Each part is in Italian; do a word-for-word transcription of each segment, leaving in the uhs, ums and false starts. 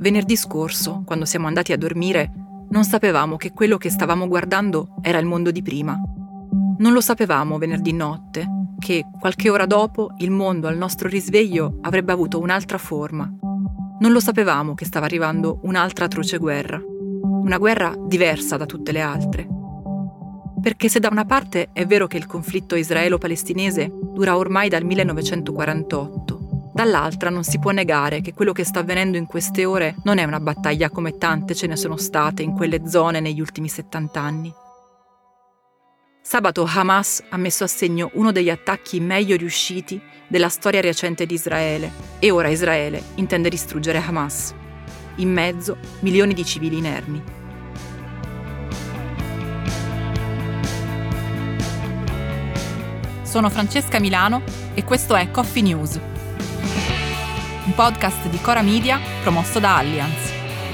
venerdì scorso, quando siamo andati a dormire, non sapevamo che quello che stavamo guardando era il mondo di prima. Non lo sapevamo venerdì notte, che qualche ora dopo il mondo al nostro risveglio avrebbe avuto un'altra forma. Non lo sapevamo che stava arrivando un'altra atroce guerra. Una guerra diversa da tutte le altre. Perché se da una parte è vero che il conflitto israelo-palestinese dura ormai dal millenovecentoquarantotto, dall'altra non si può negare che quello che sta avvenendo in queste ore non è una battaglia come tante ce ne sono state in quelle zone negli ultimi settant'anni. Sabato Hamas ha messo a segno uno degli attacchi meglio riusciti della storia recente di Israele e ora Israele intende distruggere Hamas. In mezzo, milioni di civili inermi. Sono Francesca Milano e questo è Coffee News, un podcast di Cora Media promosso da Allianz.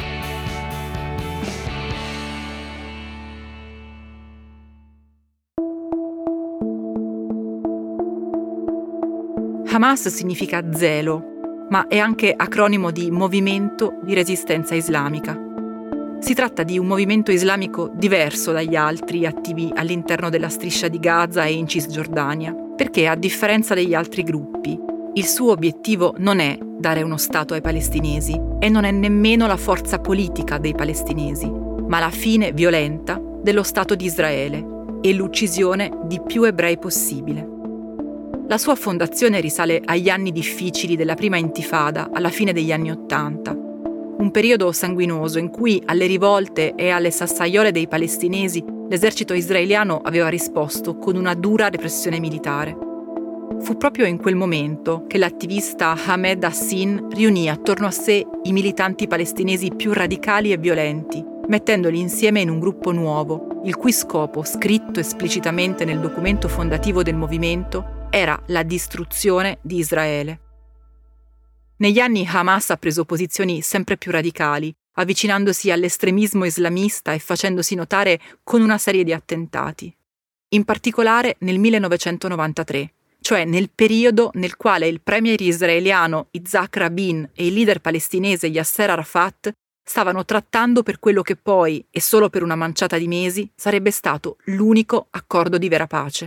Hamas significa zelo, ma è anche acronimo di Movimento di Resistenza Islamica. Si tratta di un movimento islamico diverso dagli altri attivi all'interno della striscia di Gaza e in Cisgiordania, perché a differenza degli altri gruppi, il suo obiettivo non è dare uno Stato ai palestinesi e non è nemmeno la forza politica dei palestinesi, ma la fine violenta dello Stato di Israele e l'uccisione di più ebrei possibile. La sua fondazione risale agli anni difficili della prima intifada, alla fine degli anni Ottanta, un periodo sanguinoso in cui alle rivolte e alle sassaiole dei palestinesi l'esercito israeliano aveva risposto con una dura repressione militare. Fu proprio in quel momento che l'attivista Ahmed Hassin riunì attorno a sé i militanti palestinesi più radicali e violenti, mettendoli insieme in un gruppo nuovo, il cui scopo, scritto esplicitamente nel documento fondativo del movimento, era la distruzione di Israele. Negli anni Hamas ha preso posizioni sempre più radicali, avvicinandosi all'estremismo islamista e facendosi notare con una serie di attentati. In particolare nel millenovecentonovantatré, cioè nel periodo nel quale il premier israeliano Yitzhak Rabin e il leader palestinese Yasser Arafat stavano trattando per quello che poi, e solo per una manciata di mesi, sarebbe stato l'unico accordo di vera pace.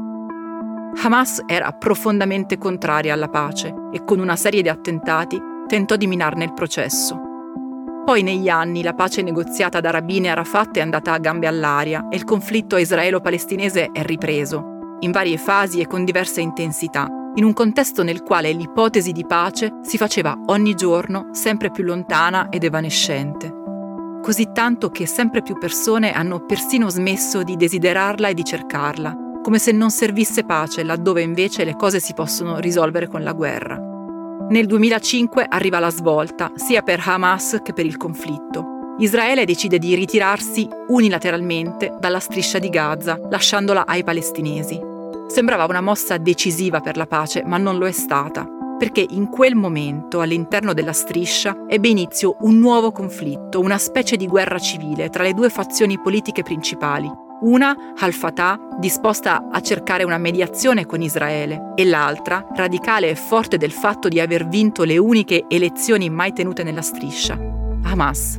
Hamas era profondamente contraria alla pace e con una serie di attentati tentò di minarne il processo. Poi negli anni la pace negoziata da Rabin e Arafat è andata a gambe all'aria e il conflitto israelo-palestinese è ripreso, in varie fasi e con diverse intensità, in un contesto nel quale l'ipotesi di pace si faceva ogni giorno sempre più lontana ed evanescente. Così tanto che sempre più persone hanno persino smesso di desiderarla e di cercarla, come se non servisse pace laddove invece le cose si possono risolvere con la guerra. Nel duemilacinque arriva la svolta, sia per Hamas che per il conflitto. Israele decide di ritirarsi unilateralmente dalla striscia di Gaza, lasciandola ai palestinesi. Sembrava una mossa decisiva per la pace, ma non lo è stata, perché in quel momento, all'interno della striscia, ebbe inizio un nuovo conflitto, una specie di guerra civile tra le due fazioni politiche principali. Una, Al-Fatah, disposta a cercare una mediazione con Israele, e l'altra, radicale e forte del fatto di aver vinto le uniche elezioni mai tenute nella striscia, Hamas.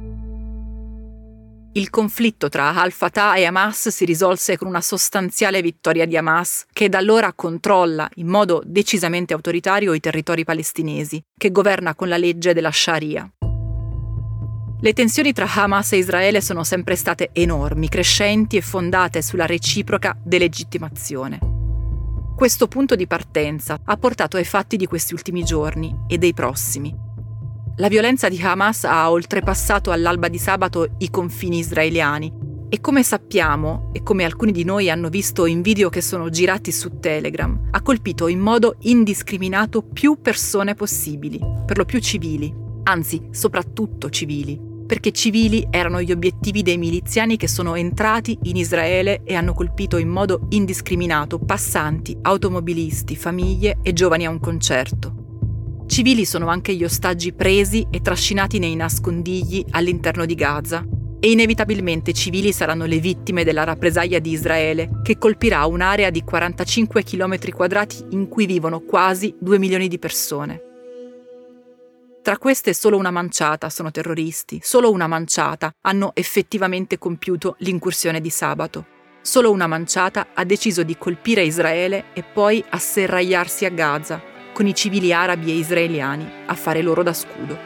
Il conflitto tra Al-Fatah e Hamas si risolse con una sostanziale vittoria di Hamas, che da allora controlla in modo decisamente autoritario i territori palestinesi, che governa con la legge della Sharia. Le tensioni tra Hamas e Israele sono sempre state enormi, crescenti e fondate sulla reciproca delegittimazione. Questo punto di partenza ha portato ai fatti di questi ultimi giorni e dei prossimi. La violenza di Hamas ha oltrepassato all'alba di sabato i confini israeliani e, come sappiamo e come alcuni di noi hanno visto in video che sono girati su Telegram, ha colpito in modo indiscriminato più persone possibili, per lo più civili, anzi soprattutto civili. Perché civili erano gli obiettivi dei miliziani che sono entrati in Israele e hanno colpito in modo indiscriminato passanti, automobilisti, famiglie e giovani a un concerto. Civili sono anche gli ostaggi presi e trascinati nei nascondigli all'interno di Gaza. E inevitabilmente civili saranno le vittime della rappresaglia di Israele, che colpirà un'area di quarantacinque chilometri quadrati in cui vivono quasi due milioni di persone. Tra queste solo una manciata sono terroristi, solo una manciata hanno effettivamente compiuto l'incursione di sabato. Solo una manciata ha deciso di colpire Israele e poi asserragliarsi a Gaza, con i civili arabi e israeliani a fare loro da scudo.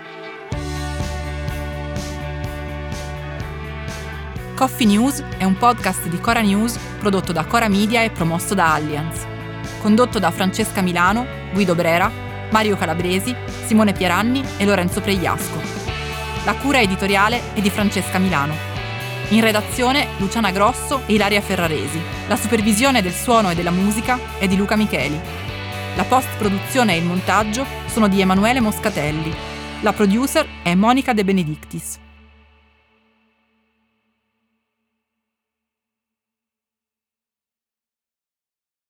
Coffee News è un podcast di Cora News prodotto da Cora Media e promosso da Allianz. Condotto da Francesca Milano, Guido Brera, Mario Calabresi, Simone Pieranni e Lorenzo Pregliasco. La cura editoriale è di Francesca Milano. In redazione Luciana Grosso e Ilaria Ferraresi. La supervisione del suono e della musica è di Luca Micheli. La post-produzione e il montaggio sono di Emanuele Moscatelli. La producer è Monica De Benedictis.